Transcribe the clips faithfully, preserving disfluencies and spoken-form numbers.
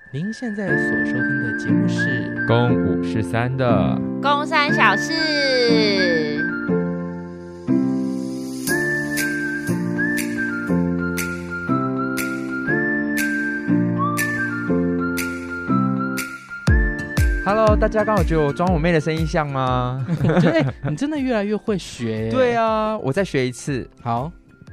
您现在所收听的节目是 《公五十三》的公三小事。 Hello， 大家刚好觉得我装我妹的声音像吗？ 我觉得、欸、你真的越来越会学。 对啊，我再学一次。 好，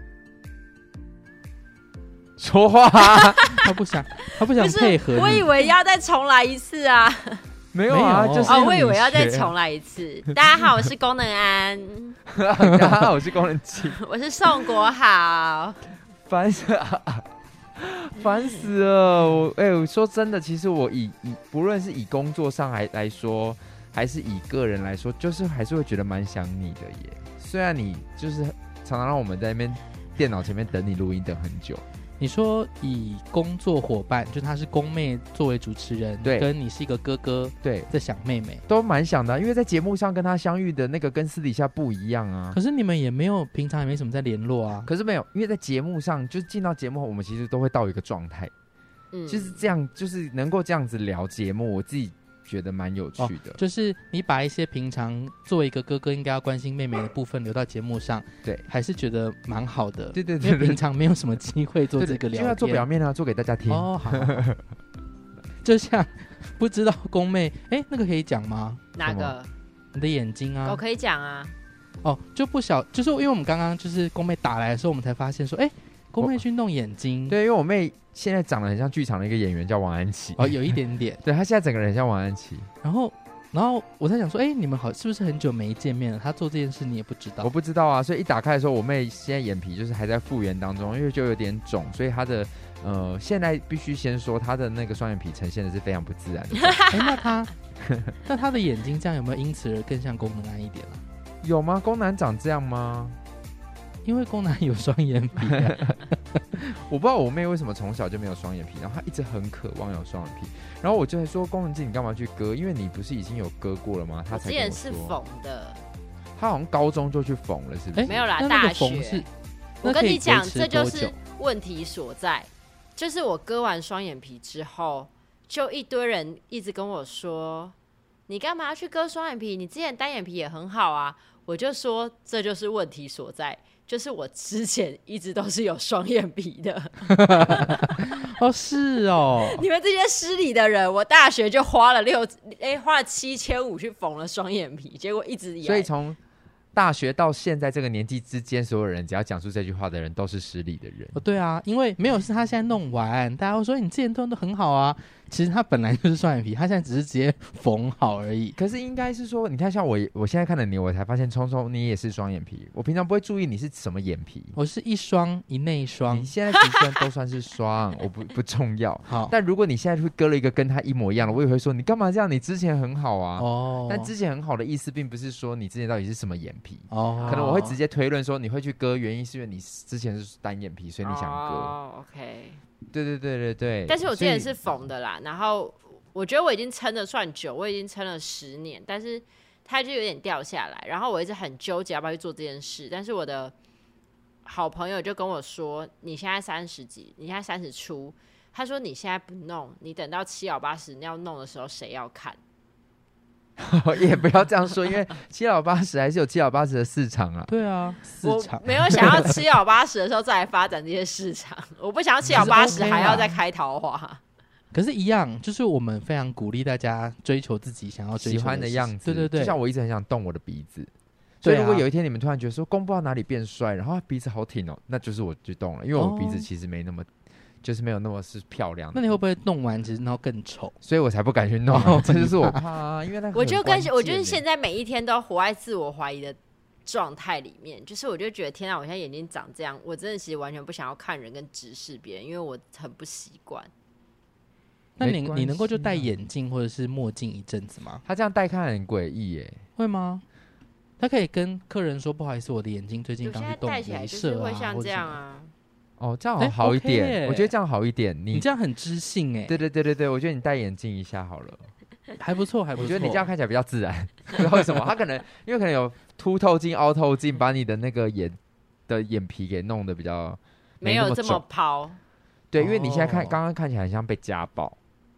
说话。 他不想，他不想配合你。 我以为要再重来一次啊。 没有啊， 有就是哦，我以为要再重来一次。大家好，我是功能安。 大家好，我是功能机。 我是宋国豪。 烦死了。烦死了！我哎、欸，我说真的，其实我以以不论是以工作上来来说，还是以个人来说，就是还是会觉得蛮想你的耶。虽然你就是常常让我们在那边电脑前面等你录音等很久。 你说以工作伙伴，就他是宫妹作为主持人， 对， 跟你是一个哥哥， 对， 在想妹妹， 都蛮想的、啊，因为在节目上跟他相遇的那个跟私底下不一样啊。 可是你们也没有平常也没什么在联络啊。 可是没有，因为在节目上，就是进到节目后，我们其实都会到一个状态，嗯，就是这样，就是能够这样子聊节目，我自己觉得蛮有趣的、哦。 就是你把一些平常作为一个哥哥应该要关心妹妹的部分留到节目上， 对， 还是觉得蛮好的。 对对 对, 对， 因为平常没有什么机会做这个聊天， 就要做表面啊，做给大家听。 哦，好好好。就像不知道宫妹，哎，那个可以讲吗？ 哪个？ 你的眼睛啊？ 我可以讲啊。 哦，就不小，就是因为我们刚刚就是宫妹打来的时候，我们才发现说，哎，宫妹去弄眼睛。 对，因为我妹现在长得很像剧场的一个演员，叫王安琪。 哦，有一点点。 对，她现在整个人很像王安琪。 然后，然后我在想说，哎，你们好，是不是很久没见面了？她做这件事你也不知道？ 我不知道啊，所以一打开的时候，我妹现在眼皮就是还在复原当中，因为就有点肿，所以她的呃，现在必须先说她的那个双眼皮呈现的是非常不自然的。 哎，那她，那她的眼睛这样有没有因此而更像宫南安一点啊？ 有吗？宫南长这样吗？ 因为宫南有双眼皮、啊， 我不知道我妹为什么从小就没有双眼皮，然后她一直很渴望有双眼皮，然后我就会说宫能静，你干嘛去割？因为你不是已经有割过了吗？她才跟我说。 我之前是缝的， 她好像高中就去缝了，是不是？ 没有啦， 那大那缝是。 我跟你讲，这就是问题所在。就是我割完双眼皮之后，就一堆人一直跟我说：“你干嘛要去割双眼皮？你之前单眼皮也很好啊。”我就说这就是问题所在，就是我之前一直都是有双眼皮的。 哦，是哦。 你们这些失礼的人，我大学就花了六哎花了七千五去缝了双眼皮，结果一直以来， 所以从大学到现在这个年纪之间，所有人只要讲出这句话的人都是失礼的人。 哦，对啊，因为没有是他现在弄完，大家会说你之前弄得很好啊。其实他本来就是双眼皮，他现在只是直接缝好而已。 可是应该是说，你看像我，我现在看了你，我才发现聪聪你也是双眼皮。我平常不会注意你是什么眼皮。 我是一双一内双。 你现在其实都算是双，我不不重要。 好， 但如果你现在会割了一个跟他一模一样的，我也会说你干嘛这样？你之前很好啊。哦。但之前很好的意思，并不是说你之前到底是什么眼皮。哦。可能我会直接推论说，你会去割，原因是因为你之前是单眼皮，所以你想割。 哦 ，OK。 对对对对对。 但是我之前是缝的啦，然后。我觉得我已经撑得算久，我已经撑了十年，但是它就有点掉下来。然后我一直很纠结要不要去做这件事，但是我的好朋友就跟我说：“你现在三十几，你现在三十出，他说你现在不弄，你等到七老八十你要弄的时候，谁要看？” 也不要这样说，因为七老八十还是有七老八十的市场啊。 对啊，市场我没有想要七老八十的时候再来发展这些市场，我不想要七老八十还要再开桃花。 可是，一样，就是我们非常鼓励大家追求自己想要追求的喜欢的样子。 对对对， 就像我一直很想动我的鼻子，所以如果有一天你们突然觉得说公不知道哪里变帅，然后鼻子好挺哦，那就是我去动了，因为我鼻子其实没那么，哦、就是没有那么是漂亮的。 那你会不会弄完其实然后更丑？ 所以我才不敢去弄，哦、这就是我怕，因为那我就跟我就是现在每一天都活在自我怀疑的状态里面，就是我就觉得天啊，我现在眼睛长这样，我真的其实完全不想要看人跟直视别人，因为我很不习惯。 那你你能够就戴眼镜或者是墨镜一阵子吗？ 他这样戴看很诡异耶。 会吗？他可以跟客人说不好意思，我的眼睛最近刚去动雷射啊， 会像这样啊。 哦，这样好好一点， OK、我觉得这样好一点。你你这样很知性哎。 对对对对对，我觉得你戴眼镜一下好了， 还不错，还不错。 我觉得你这样看起来比较自然，不知道为什么？他可能因为可能有凸透镜、凹透镜，把你的那个眼的眼皮给弄得比较没有这么抛。 对，因为你现在看刚刚看起来很像被家暴。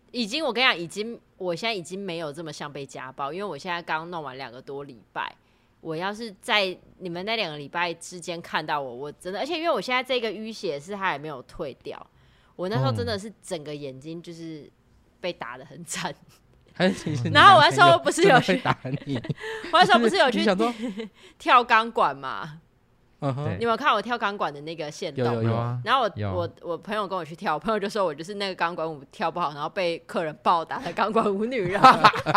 已经我跟你讲，已经我现在已经没有这么像被家暴，因为我现在刚弄完两个多礼拜。我要是在你们那两个礼拜之间看到我，我真的，而且因为我现在这个淤血是它还没有退掉，我那时候真的是整个眼睛就是被打得很惨。 还是其实然后我那时候不是有去打你， 我那时候不是有去想说跳钢管嘛？ 嗯哼， 你有没有看我跳钢管的那个线动？ 有有有啊。 然后我有我我朋友跟我去跳，我朋友就说我就是那个钢管舞跳不好，然后被客人暴打的钢管舞女人。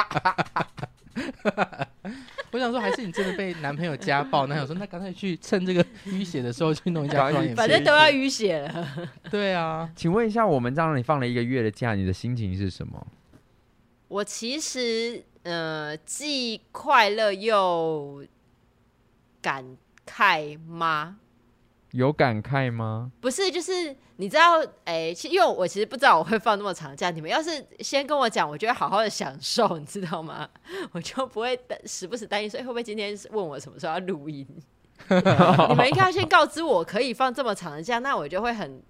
我想说，还是你真的被男朋友家暴？那想说，那干脆去趁这个淤血的时候去弄一下双眼皮， 反正都要淤血了。 对啊， 请问一下，我们让你放了一个月的假，你的心情是什么？ 我其实呃，既快乐又感慨吗？ 有感慨吗？ 不是，就是你知道，哎、欸，因为我其实不知道我会放那么长假。你们要是先跟我讲，我就会好好的享受，你知道吗？我就不会时不时担心说，欸、会不会今天问我什么时候要录音？你们应该要先告知我可以放这么长的假，那我就会很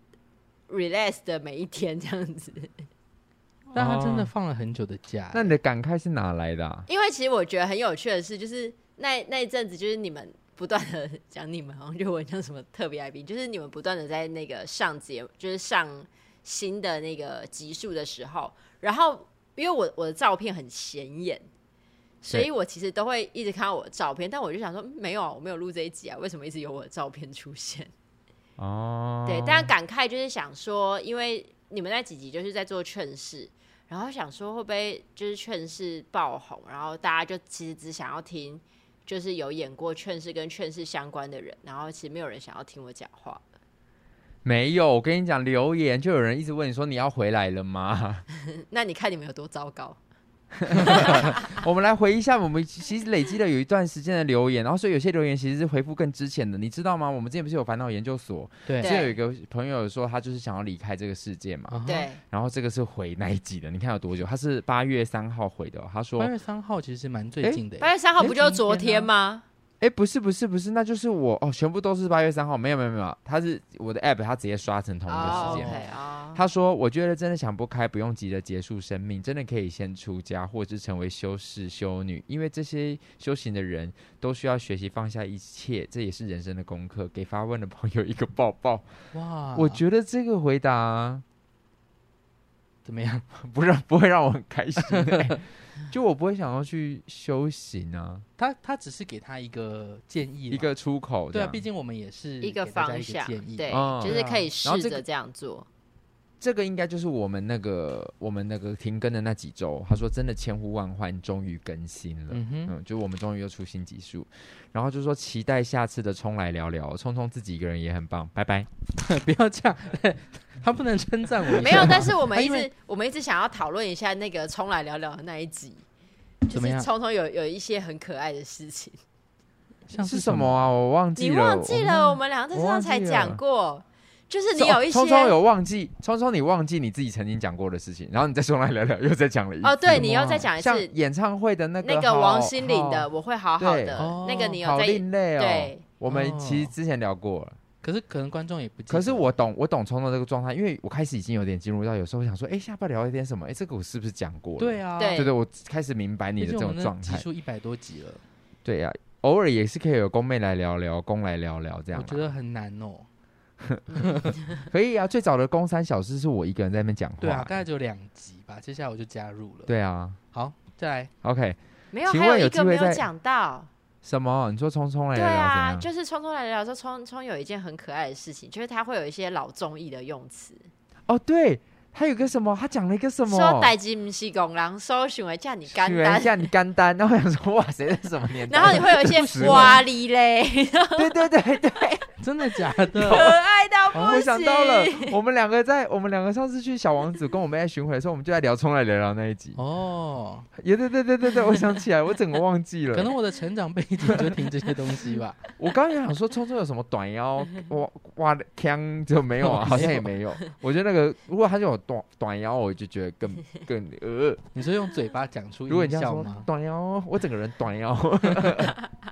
relax 的每一天这样子。 但他真的放了很久的假、欸。 那你的感慨是哪来的、啊？ 因为其实我觉得很有趣的是，就是那那一阵子，就是你们不断的讲你们，好像就我像什么特别来宾，就是你们不断的在那个上节，就是上新的那个集数的时候，然后因为我我的照片很显眼，所以我其实都会一直看到我的照片，但我就想说，没有啊，我没有录这一集啊，为什么一直有我的照片出现？ 哦， 对，但感慨就是想说，因为你们那几集就是在做劝世，然后想说会不会就是劝世爆红，然后大家就其实只想要听就是有演过劝世跟劝世相关的人，然后其实没有人想要听我讲话。 没有，我跟你讲，留言就有人一直问你说你要回来了吗？ 那你看你们有多糟糕。 我们来回一下，我们其实累积了有一段时间的留言，然后所以有些留言其实是回复更之前的，你知道吗？我们之前不是有烦恼研究所， 对， 之前有一个朋友说他就是想要离开这个世界嘛， uh-huh. 对， 然后这个是回那一集的，你看有多久？他是八月三号回的、哦，他说八月三号其实蛮最近的， 八月三号不就是昨天吗？ 哎，不是不是不是，那就是我哦，全部都是八月三号，没有没有没有，他是我的 app， 他直接刷成同一个时间。 Oh, okay, oh. 他说：“我觉得真的想不开，不用急着结束生命，真的可以先出家，或者是成为修士修女，因为这些修行的人都需要学习放下一切，这也是人生的功课。”给发问的朋友一个抱抱。哇，我觉得这个回答怎么样？ 不让不会让我很开心、欸。就我不会想要去修行啊， 他他只是给他一个建议， 一个出口， 对啊，毕竟我们也是一个方向，对、 嗯， 就是可以试着这样做。 这个应该就是我们那个我们那个停更的那几周，他说真的千呼万唤，终于更新了，嗯哼，嗯，就我们终于又出新集数，然后就说期待下次的冲来聊聊，冲冲自己一个人也很棒，拜拜。 不要这样，他不能称赞我。 没有，但是我们一直我们一直想要讨论一下那个冲来聊聊的那一集，就是冲冲有有一些很可爱的事情。 像是什么啊？我忘记了， 你忘记了？我, 我们两个在上才讲过。就是你有一些聪聪有忘记，聪聪你忘记你自己曾经讲过的事情，然后你再冲来聊聊，又再讲了一次。 哦，对，你又再讲一次。 像演唱会的那个那个王心凌的，我会好好的， 哦、 那个你有在。 好另类哦。 对， 我们其实之前聊过了， 可是可能观众也不记得。 可是我懂，我懂聪聪这个状态，因为我开始已经有点进入到，有时候想说，哎，下不要聊一点什么？哎，这个我是不是讲过了？ 对啊， 对对对，我开始明白你的这种状态。 集数一百多集了。 对呀、啊，偶尔也是可以有公妹来聊聊，公来聊聊这样。 我觉得很难哦。 可以啊，最早的公三小时是我一个人在那边讲话。 对啊，大概只有两集吧，接下来我就加入了。 对啊， 好，再来。 OK， 没有，还有一个没有讲到。 什么？你说聪聪来聊聊怎样？ 对啊，就是聪聪来聊聊说，聪聪有一件很可爱的事情，就是他会有一些老综艺的用词。 哦，对。他有个什么？他讲了一个什么？ 说代志不是公人所想的叫你干单， 叫你干单。然后我想说，哇塞，这是什么年代？ 然后你会有一些哇哩嘞， 对对对对， 真的假的？ 可爱到不行、 哦！我想到了，我们两个在我们两个上次去小王子跟我们在巡回的时候，我们就在聊冲来聊聊那一集。哦，也对对对对对，我想起来，我整个忘记了。 可能我的成长背景就听这些东西吧。 我刚刚也想说，聪聪有什么短腰哇哇的腔就没有啊，好像也没有。我觉得那个如果他就有短短腰。我就觉得更更呃， 你说用嘴巴讲出音效吗？短腰，我整个人短腰。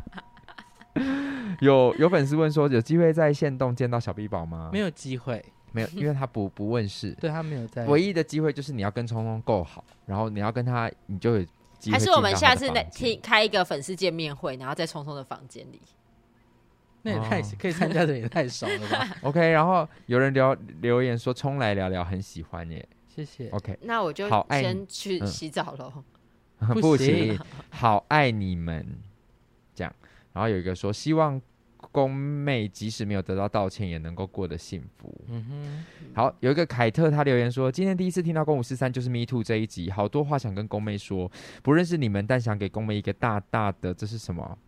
有有粉丝问说，有机会在限动见到小 B 宝吗？ 没有机会， 没有，因为他不不问世， 对他没有在。 唯一的机会就是你要跟聪聪够好，然后你要跟他，你就有机会。 还是我们下次那听开一个粉丝见面会，然后在聪聪的房间里。 那也太、哦、可以参加的人也太少了吧 ？OK， 然后有人留留言说冲来聊聊，很喜欢耶， 谢谢。 OK， 那我就先去洗澡了。 嗯、不行，好爱你们，这样。然后有一个说，希望宫妹即使没有得到道歉，也能够过得幸福。嗯哼。好，有一个凯特他留言说，今天第一次听到公五四三就是 Me Too 这一集，好多话想跟宫妹说，不认识你们，但想给宫妹一个大大的，这是什么？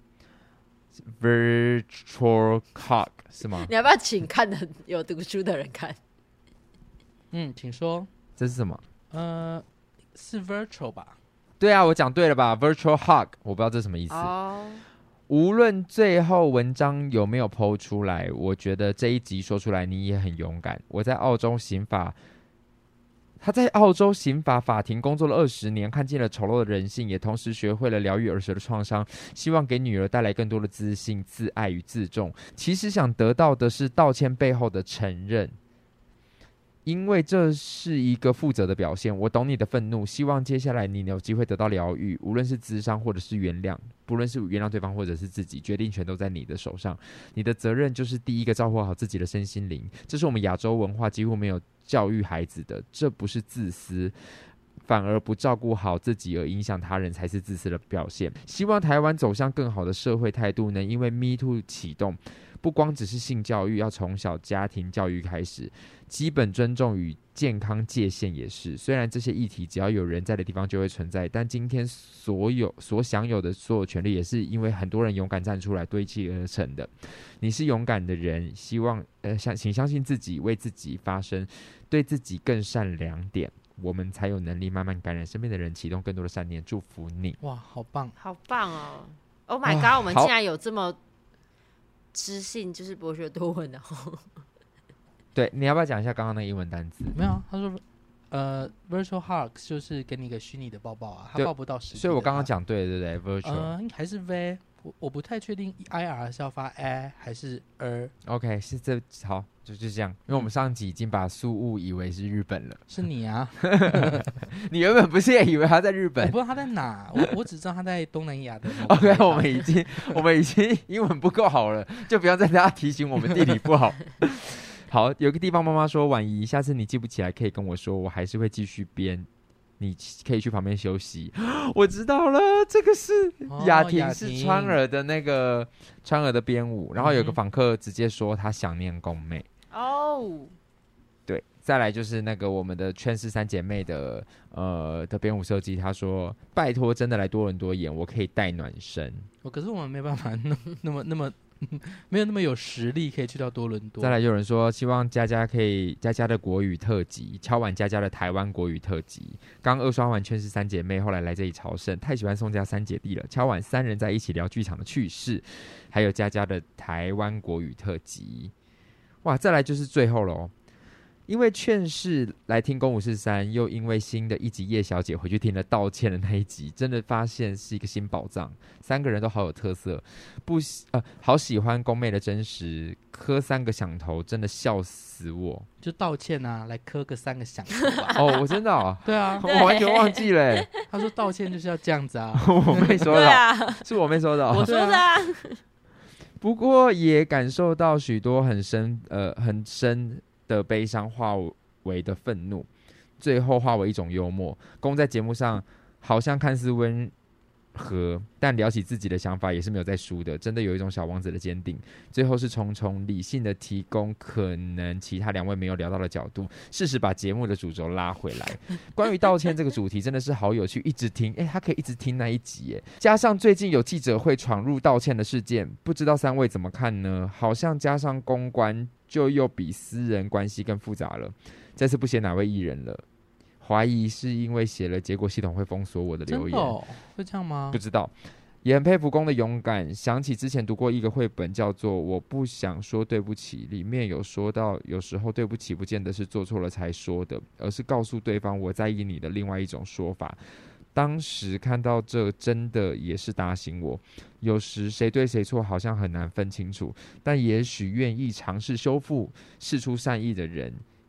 Virtual Hug 是吗？ 你要不要请看的有读书的人看？ 嗯，请说。 这是什么？ 呃，是 Virtual 吧？ 对啊，我讲对了吧 ？Virtual Hug， 我不知道这是什么意思。哦。Oh.无论最后文章有没有 po 出来，我觉得这一集说出来你也很勇敢。我在澳洲刑法，他在澳洲刑法法庭工作了二十年，看见了丑陋的人性，也同时学会了疗愈儿时的创伤，希望给女儿带来更多的自信、自爱与自重。其实想得到的是道歉背后的承认，因为这是一个负责的表现。我懂你的愤怒，希望接下来你有机会得到疗愈，无论是諮商或者是原谅，不论是原谅对方或者是自己，决定权都在你的手上。你的责任就是第一个照顾好自己的身心灵，这是我们亚洲文化几乎没有教育孩子的。这不是自私，反而不照顾好自己而影响他人才是自私的表现。希望台湾走向更好的社会态度，能因为 Me Too 启动，不光只是性教育，要从小家庭教育开始，基本尊重与健康界限也是。虽然这些议题只要有人在的地方就会存在，但今天所有所享有的所有权利，也是因为很多人勇敢站出来堆砌而成的。你是勇敢的人，希望呃，请相信自己，为自己发声，对自己更善良点，我们才有能力慢慢感染身边的人，启动更多的善念。祝福你！ 哇，好棒， 好棒哦 ！Oh my god，、啊、我们竟然有这么知性，就是博学多闻的哦。 对，你要不要讲一下刚刚那个英文单词？ 没有，他说，呃 ，virtual hug 就是给你一个虚拟的抱抱啊，他抱不到实体。 所以我刚刚讲对，对不对 ？virtual， 呃，还是 v， 我我不太确定 I R 是要发 a 还是 er。OK， 是这好，就就这样，因为我们上集已经把苏雾以为是日本了。 是你啊？ 你原本不是也以为他在日本？ 我不知道他在哪，我我只知道他在东南亚的。 OK， 我们已经我们已经英文不够好了，就不要再大家提醒我们地理不好。好，有个地方妈妈说，婉仪，下次你记不起来可以跟我说，我还是会继续编，你可以去旁边休息。我知道了，这个是雅婷，是川儿的那个川儿的编舞。然后有个访客直接说他想念宫妹哦。对，再来就是那个我们的劝世三姐妹的呃的编舞设计，他说拜托真的来多伦多演，我可以带暖身。 哦，可是我们没办法那那么那么。没有那么有实力可以去到多伦多。 再来有人说希望佳佳可以佳佳的国语特辑，敲完佳佳的台湾国语特辑。刚二刷完劝世三姐妹，后来来这里朝圣，太喜欢宋家三姐弟了，敲完三人在一起聊剧场的趣事，还有佳佳的台湾国语特辑。哇，再来就是最后咯，因为劝世来听公五四三，又因为新的一集叶小姐回去听了道歉的那一集，真的发现是一个新宝藏。三个人都好有特色，不呃，好喜欢宫妹的真实，磕三个响头真的笑死我。 就道歉啊，来磕个三个响头吧。 哦，我真的哦， 对啊， 我完全忘记了耶。 他说道歉就是要这样子啊， 我没说的， 啊、 是我没说的、哦， 我说的啊。 不过也感受到许多很深呃很深的悲伤化为的愤怒，最后化为一种幽默。公在节目上好像看似温和，但聊起自己的想法也是没有在输的，真的有一种小王子的坚定。最后是重重理性的提供可能其他两位没有聊到的角度，适时把节目的主轴拉回来。关于道歉这个主题真的是好有趣，一直听，哎，他可以一直听那一集耶。加上最近有记者会闯入道歉的事件，不知道三位怎么看呢？好像加上公关就又比私人关系更复杂了。这次不写哪位艺人了，怀疑是因为写了结果系统会封锁我的留言。 真的哦？会这样吗？ 不知道，也很佩服公的勇敢。想起之前读过一个绘本叫做《我不想说对不起》，里面有说到有时候对不起不见得是做错了才说的，而是告诉对方我在意你的另外一种说法。当时看到这真的也是打醒我，有时谁对谁错好像很难分清楚，但也许愿意尝试修复释出善意的人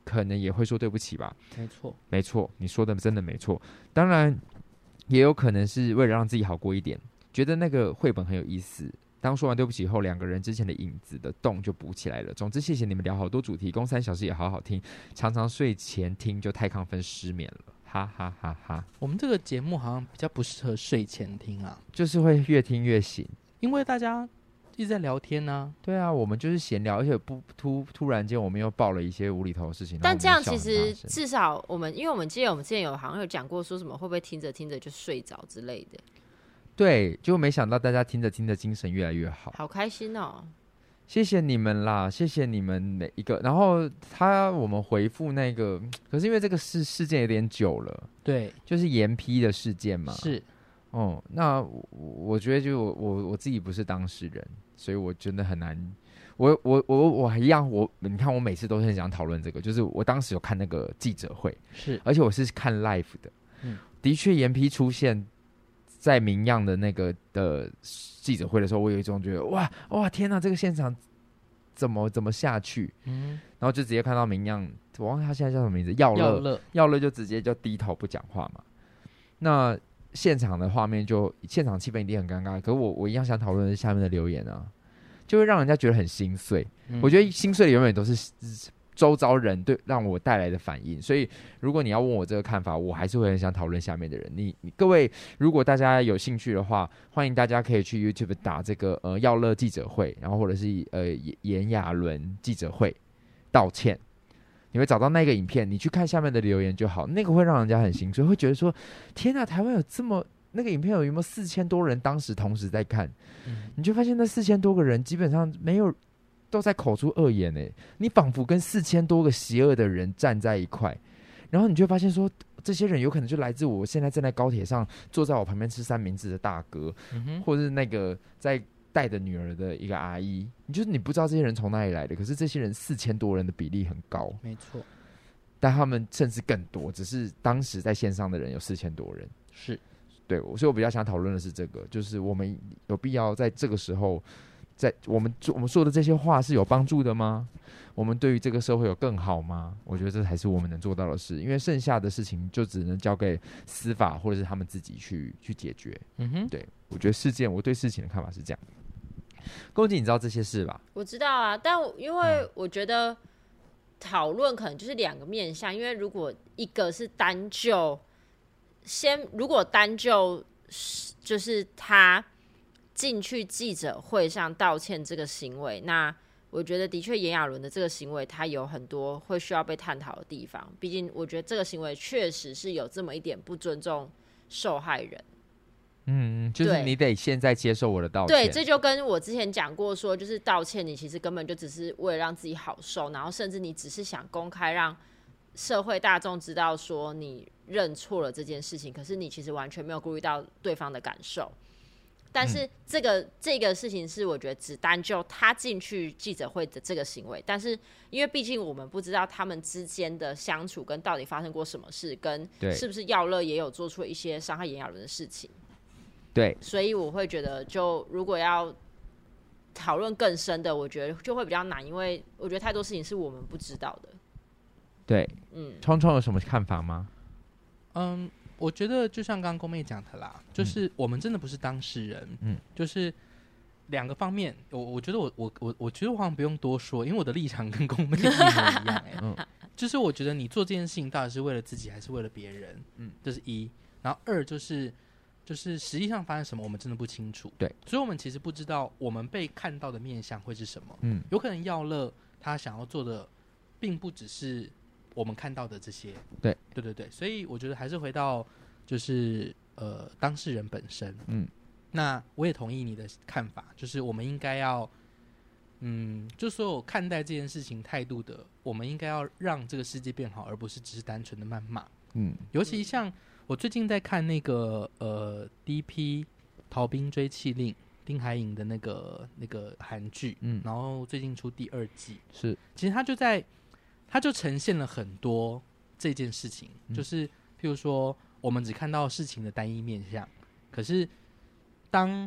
可能也会说对不起吧。 没错， 没错，你说的真的没错。当然，也有可能是为了让自己好过一点，觉得那个绘本很有意思。当说完对不起后，两个人之前的影子的洞就补起来了。总之，谢谢你们聊好多主题，公三小时也好好听，常常睡前听就太亢奋失眠了，哈哈哈哈。 我们这个节目好像比较不适合睡前听啊， 就是会越听越醒。 因为大家一直在聊天呢、 对啊，我们就是闲聊，而且不突突然间我们又爆了一些无厘头的事情。 但这样其然后我们就笑很实大声至少我们，因为我们记得我们之前有好像有讲过，说什么会不会听着听着就睡着之类的。 对，就没想到大家听着听着精神越来越好， 好开心哦！ 谢谢你们啦，谢谢你们每一个。然后他我们回复那个，可是因为这个事事件有点久了， 对， 就是延批的事件嘛。 是， 哦，那我我觉得就我我我自己不是当事人，所以我真的很难。我我我我一样，我你看我每次都是很想讨论这个，就是我当时有看那个记者会， 是， 而且我是看 live 的， 嗯， 的确延批出现在明样的那个的记者会的时候，我有一种觉得哇哇天哪，这个现场怎么怎么下去？ 嗯， 然后就直接看到明样，我忘了他现在叫什么名字，耀乐， 耀乐， 耀乐就直接就低头不讲话嘛。那现场的画面就现场气氛一定很尴尬，可是我我一样想讨论的是下面的留言啊，就会让人家觉得很心碎。 嗯、 我觉得心碎的永远都是周遭人对让我带来的反应，所以如果你要问我这个看法，我还是会很想讨论下面的人。你你各位，如果大家有兴趣的话，欢迎大家可以去 YouTube 打这个呃耀乐记者会，然后或者是呃炎亚纶记者会道歉，你会找到那个影片，你去看下面的留言就好，那个会让人家很心碎，会觉得说天哪，台湾有这么那个影片有有没有四千多人当时同时在看， 嗯、 你就发现那四千多个人基本上没有。都在口出恶言诶，你仿佛跟四千多个邪恶的人站在一块，然后你就会发现说，这些人有可能就来自我现在正在高铁上坐在我旁边吃三明治的大哥， 嗯、 或者是那个在带着女儿的一个阿姨，你就是你不知道这些人从哪里来的，可是这些人四千多人的比例很高， 没错， 但他们甚至更多，只是当时在线上的人有四千多人， 是对，所以我比较想讨论的是这个，就是我们有必要在这个时候。在我们我们说的这些话是有帮助的吗？我们对于这个社会有更好吗？我觉得这才是我们能做到的事，因为剩下的事情就只能交给司法或者是他们自己去去解决。 嗯哼， 对，我觉得事件，我对事情的看法是这样。龚姐，你知道这些事吧？ 我知道啊，但因为我觉得讨论可能就是两个面向，因为如果一个是单就先，如果单就就是他。进去记者会上道歉这个行为，那我觉得的确炎亚纶的这个行为，他有很多会需要被探讨的地方。毕竟，我觉得这个行为确实是有这么一点不尊重受害人。 嗯，就是你得现在接受我的道歉。 对，这就跟我之前讲过说，就是道歉，你其实根本就只是为了让自己好受，然后甚至你只是想公开让社会大众知道说你认错了这件事情，可是你其实完全没有顾虑到对方的感受。但是这个、嗯、这个事情是我觉得只单就他进去记者会的这个行为，但是因为毕竟我们不知道他们之间的相处跟到底发生过什么事，跟是不是耀乐也有做出一些伤害炎亚纶的事情。 对， 所以我会觉得，就如果要讨论更深的，我觉得就会比较难，因为我觉得太多事情是我们不知道的。 对， 嗯， 聪聪有什么看法吗？ 嗯。我觉得就像刚刚宫妹讲的啦，就是我们真的不是当事人，嗯，就是两个方面，我我觉得我我我我觉得我好像不用多说，因为我的立场跟宫妹一模一样、欸，嗯，就是我觉得你做这件事情到底是为了自己还是为了别人，嗯，这是一，然后二就是就是实际上发生什么我们真的不清楚， 对， 所以我们其实不知道我们被看到的面向会是什么， 嗯， 有可能耀乐他想要做的并不只是我们看到的这些， 对对对对，所以我觉得还是回到就是呃当事人本身，嗯，那我也同意你的看法，就是我们应该要，嗯，就所有看待这件事情态度的，我们应该要让这个世界变好，而不是只是单纯的谩骂，嗯，尤其像我最近在看那个呃 D P 逃兵追缉令丁海寅的那个那个韩剧，嗯，然后最近出第二季， 是， 其实他就在。它就呈现了很多这件事情，嗯、就是譬如说，我们只看到事情的单一面向，可是当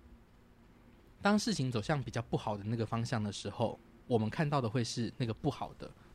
当事情走向比较不好的那个方向的时候，我们看到的会是那个不好的，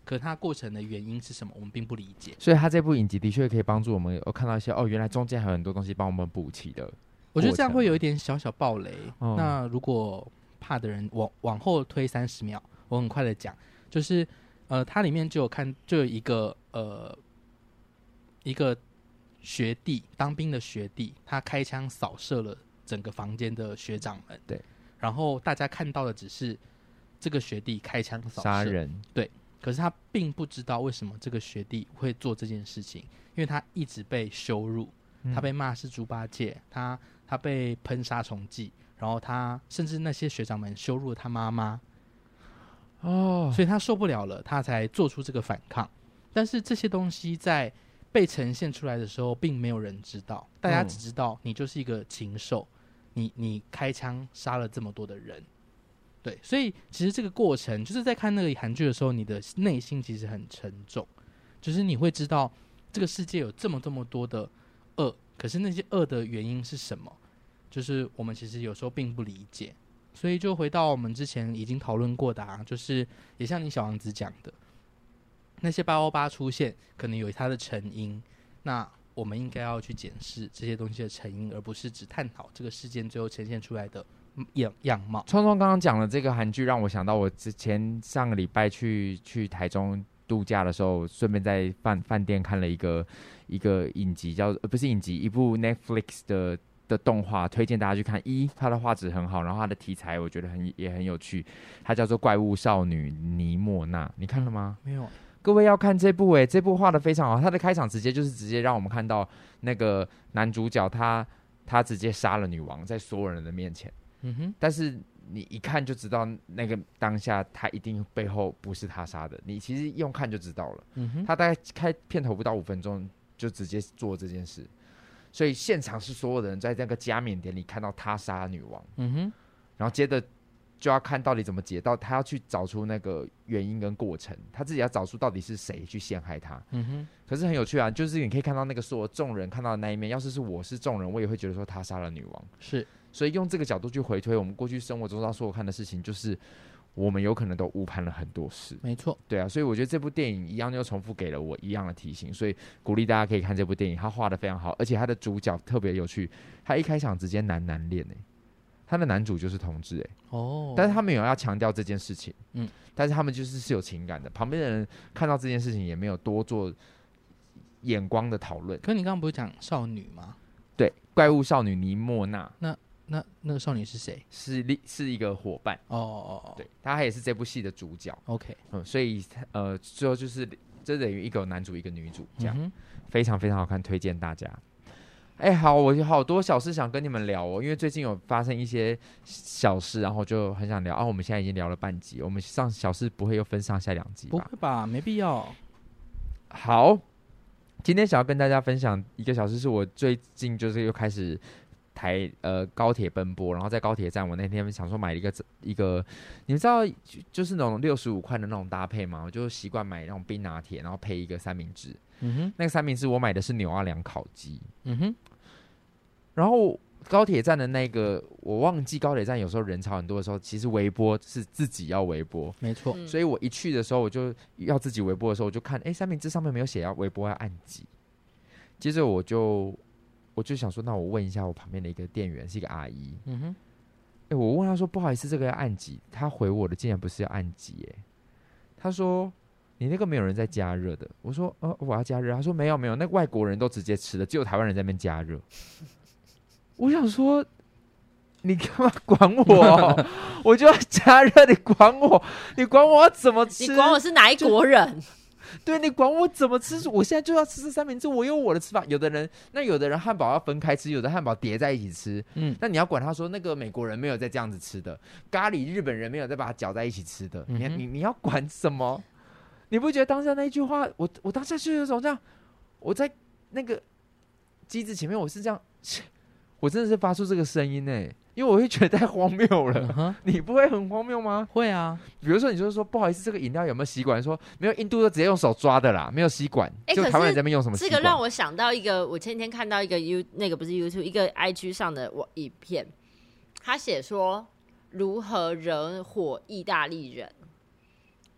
可是它过程的原因是什么，我们并不理解。 所以他这部影集的确可以帮助我们有看到一些哦，原来中间还有很多东西帮我们补齐的。 我觉得这样会有一点小小爆雷。 哦、 那如果怕的人往往后推三十秒，我很快的讲，就是呃，它里面就有看，就有一个呃一个学弟，当兵的学弟，他开枪扫射了整个房间的学长们。 对， 然后大家看到的只是这个学弟开枪扫射杀人。 对，可是他并不知道为什么这个学弟会做这件事情，因为他一直被羞辱，他被骂是猪八戒，他他被喷杀虫剂，然后他甚至那些学长们羞辱了他妈妈，哦，所以他受不了了，他才做出这个反抗。但是这些东西在被呈现出来的时候，并没有人知道，大家只知道你就是一个禽兽，你你开枪杀了这么多的人。对，所以其实这个过程就是在看那个韩剧的时候，你的内心其实很沉重，就是你会知道这个世界有这么这么多的恶，可是那些恶的原因是什么，就是我们其实有时候并不理解。所以就回到我们之前已经讨论过的啊，就是也像你小王子讲的，那些八幺八出现可能有它的成因，那我们应该要去检视这些东西的成因，而不是只探讨这个事件最后呈现出来的样样貌。 聪聪刚刚讲的这个韩剧让我想到，我之前上个礼拜去去台中度假的时候，顺便在饭饭店看了一个一个影集，叫呃不是影集，一部 Netflix 的的动画，推荐大家去看。一，它的画质很好，然后它的题材我觉得很也很有趣，它叫做《怪物少女尼莫娜》，你看了吗？ 没有。 各位要看这部诶，这部画的非常好。它的开场直接就是直接让我们看到那个男主角他他直接杀了女王在所有人的面前。嗯哼，但是你一看就知道那个当下他一定背后不是他杀的，你其实用看就知道了。嗯哼，他大概开片头不到五分钟就直接做这件事，所以现场是所有的人在那个加冕典礼看到他杀女王。嗯哼，然后接着就要看到底怎么解到，他要去找出那个原因跟过程，他自己要找出到底是谁去陷害他。嗯哼，可是很有趣啊，就是你可以看到那个所有众人看到的那一面，要是是我是众人，我也会觉得说他杀了女王。 是， 所以用这个角度去回推我们过去生活中到所有看的事情，就是我们有可能都误判了很多事。 没错， 对啊，所以我觉得这部电影一样又重复给了我一样的提醒，所以鼓励大家可以看这部电影，他画得非常好，而且他的主角特别有趣，他一开场直接男男恋、欸他的男主就是同志哎、欸，哦，但是他们有要强调这件事情，嗯，但是他们就是是有情感的，旁边的人看到这件事情也没有多做眼光的讨论。 可是你刚刚不是讲少女吗？ 对，怪物少女尼莫娜， 那那那个少女是谁？ 是是一个伙伴哦哦哦，对，她也是这部戏的主角。 OK， 嗯，所以呃，最后就是这等于一个男主一个女主这样，嗯、非常非常好看，推荐大家。哎、欸，好，我有好多小事想跟你们聊哦，因为最近有发生一些小事，然后就很想聊啊。我们现在已经聊了半集，我们上小事不会又分上下两集吧？ 不会吧，没必要。 好，今天想要跟大家分享一个小事，是我最近就是又开始台呃高铁奔波，然后在高铁站，我那天想说买了一个一个，你们知道就是那种六十五块的那种搭配吗？我就习惯买那种冰拿铁，然后配一个三明治。嗯哼，那个三明治我买的是纽奥良烤鸡。嗯哼，然后高铁站的那个，我忘记高铁站有时候人潮很多的时候，其实微波是自己要微波， 没错。 所以我一去的时候，我就要自己微波的时候，我就看，哎，三明治上面没有写要微波要按几。接着我就我就想说，那我问一下我旁边的一个店员，是一个阿姨。嗯哼，哎，我问她说，不好意思，这个要按几？她回我的竟然不是要按几，哎，她说。你那个没有人在加热的，我说呃我要加热，他说没有没有，那外国人都直接吃的，只有台湾人在那边加热。我想说你干嘛管我？我就要加热，你管我？你管我要怎么吃？ 你管我是哪一国人？ 对，你管我怎么吃？我现在就要吃这三明治，我有我的吃法。有的人，那有的人汉堡要分开吃，有的汉堡叠在一起吃。嗯，那你要管他说那个美国人没有在这样子吃的，咖喱日本人没有在把它搅在一起吃的。嗯、你你你要管什么？你不觉得当下那一句话，我我当下就有种这样，我在那个机子前面，我是这样，我真的是发出这个声音哎，因为我会觉得太荒谬了。Uh-huh. 你不会很荒谬吗？ 会啊， 比如说你就说不好意思，这个饮料有没有吸管？说没有，印度就直接用手抓的啦，没有吸管。 欸、 就台湾人在那边用什么吸管？ 这个让我想到一个，我前天看到一个 U 那个不是 YouTube 一个 I G 上的影片，他写说如何惹火意大利人。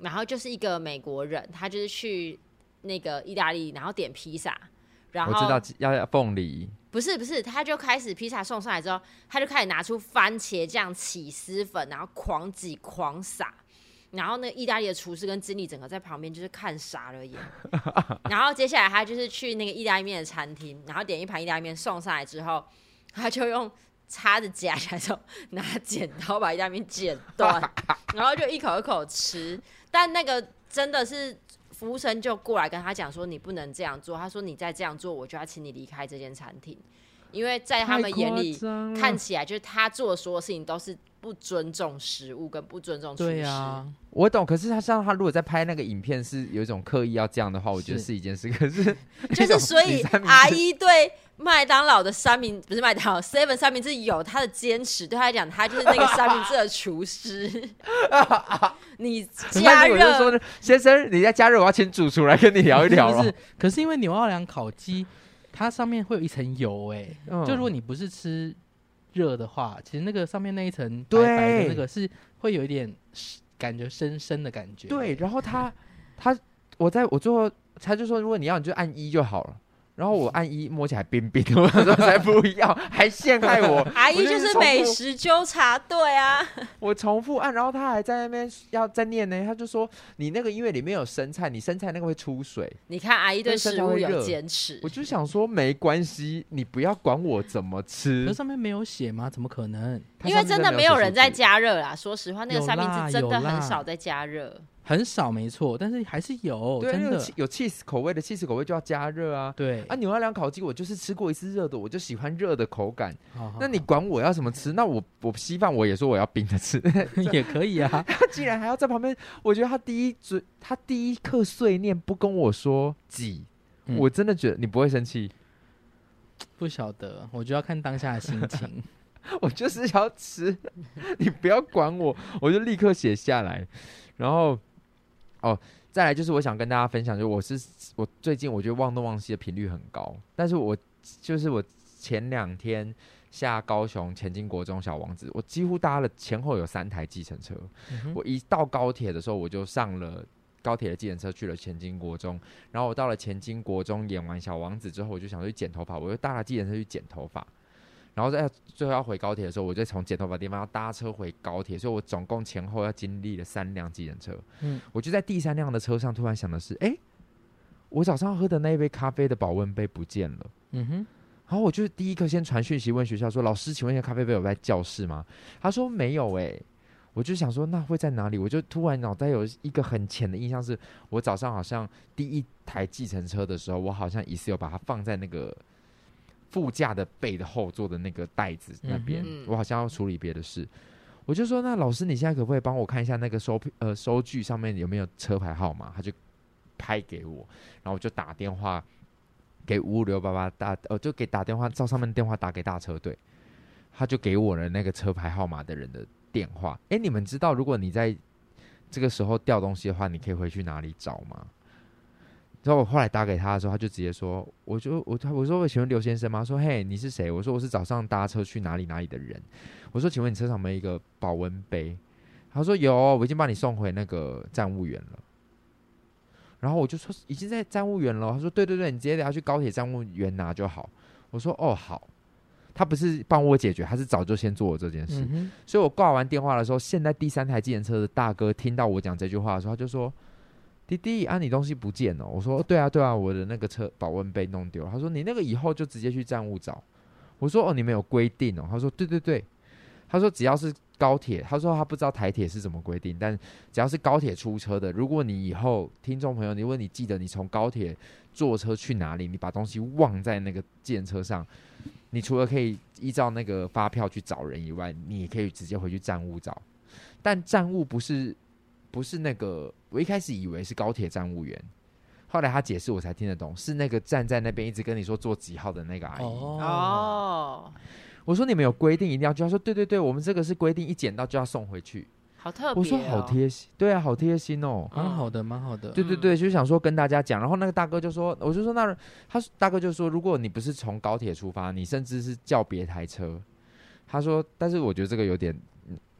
然后就是一个美国人，他就是去那个意大利，然后点披萨，然后我知道要凤梨， 不是不是，他就开始披萨送上来之后，他就开始拿出番茄酱、起司粉，然后狂挤狂撒。然后那个意大利的厨师跟经理整个在旁边就是看傻了眼。然后接下来他就是去那个意大利面的餐厅，然后点一盘意大利面送上来之后，他就用叉子夹起来之后，拿剪刀把意大利面剪断，然后就一口一口吃。但那个真的是服务生就过来跟他讲说，你不能这样做。他说你再这样做，我就要请你离开这间餐厅。因为在他们眼里看起来，就是他做的所有事情都是不尊重食物跟不尊重厨师。 对啊， 我懂。可是他像他如果在拍那个影片是有一种刻意要这样的话，我觉得是一件事。可是就是所以阿姨对麦当劳的三明不是麦当劳 seven 三明治有他的坚持，对他来讲，他就是那个三明治的厨师。你加热， 说先生，你在加热，我要请主厨来跟你聊一聊了。 不是，可是因为纽奥良烤鸡。它上面会有一层油哎、欸嗯，就如果你不是吃热的话，其实那个上面那一层白白的那个是会有一点感觉深深的感觉。 对，然后他他我在我最后他就说，如果你要你就按一就好了。然后我按一摸起来冰冰的，我说才不要，还陷害我。 阿姨就是美食纠察队啊！ 我重复按，然后他还在那边要再念呢，他就说你那个因为里面有生菜，你生菜那个会出水。 你看阿姨对食物有坚持。 我就想说没关系，你不要管我怎么吃。 可上面没有写吗？怎么可能？ 因为真的没有人在加热啦。说实话，那个三明治真的很少在加热。 很少没错，但是还是有， 对， 真的有 cheese 口味的 cheese 口味就要加热啊。 对啊，纽奥良烤鸡我就是吃过一次热的，我就喜欢热的口感。好好，那你管我要什么吃？那我我稀饭我也说我要冰的吃， 也可以啊。 他竟然还要在旁边，我觉得他第一嘴他第一颗碎念不跟我说几、嗯，我真的觉得你不会生气。 不晓得，我就要看当下的心情。 我就是要吃，你不要管我，我就立刻写下来，然后。哦，再来就是我想跟大家分享，就是我是我最近我觉得忘东忘西的频率很高，但是我就是我前两天下高雄前进国中小王子，我几乎搭了前后有三台计程车、嗯，我一到高铁的时候我就上了高铁的计程车去了前进国中，然后我到了前进国中演完小王子之后，我就想去剪头发，我又搭了计程车去剪头发。然后在最后要回高铁的时候，我就从剪头发地方要搭车回高铁，所以我总共前后要经历了三辆计程车。嗯，我就在第三辆的车上突然想的是，哎，我早上喝的那一杯咖啡的保温杯不见了。嗯哼，然后我就第一个先传讯息问学校说，老师，请问一下咖啡杯有在教室吗？他说没有哎、欸。我就想说那会在哪里？我就突然脑袋有一个很浅的印象，是我早上好像第一台计程车的时候，我好像疑似有把它放在那个副驾的背的后座的那个袋子那边、嗯，我好像要处理别的事，我就说那老师你现在可不可以帮我看一下那个收呃收据上面有没有车牌号码？他就拍给我，然后我就打电话给五五六八八大呃就给打电话照上面的电话打给大车队，他就给我了那个车牌号码的人的电话。哎，你们知道如果你在这个时候掉东西的话，你可以回去哪里找吗？然后我后来打给他的时候，他就直接说，我就我我说我请问刘先生吗？说嘿你是谁？我说我是早上搭车去哪里哪里的人。我说请问你车上有没有一个保温杯？他说有，我已经帮你送回那个站务员了。然后我就说已经在站务员了。他说对对对，你直接要去高铁站务员拿就好。我说哦好。他不是帮我解决，他是早就先做了这件事、嗯、所以我挂完电话的时候，现在第三台计程车的大哥听到我讲这句话的时候，他就说弟弟啊你东西不见了。我说对啊对啊，我的那个车保温杯弄丢了。他说你那个以后就直接去站务找。我说哦你们有规定哦。他说对对对，他说只要是高铁，他说他不知道台铁是怎么规定，但只要是高铁出车的，如果你以后听众朋友如果你记得你从高铁坐车去哪里，你把东西忘在那个计程车上，你除了可以依照那个发票去找人以外，你也可以直接回去站务找。但站务不是不是那个，我一开始以为是高铁站务员，后来他解释我才听得懂，是那个站在那边一直跟你说坐几号的那个阿姨。哦，我说你们有规定一定要去，他说对对对，我们这个是规定一捡到就要送回去。 好特别、哦， 我说好贴心，对啊，好贴心哦， 蛮好的，蛮好的。 对对对，就想说跟大家讲，然后那个大哥就说，我就说那他大哥就说，如果你不是从高铁出发，你甚至是叫别台车，他说，但是我觉得这个有点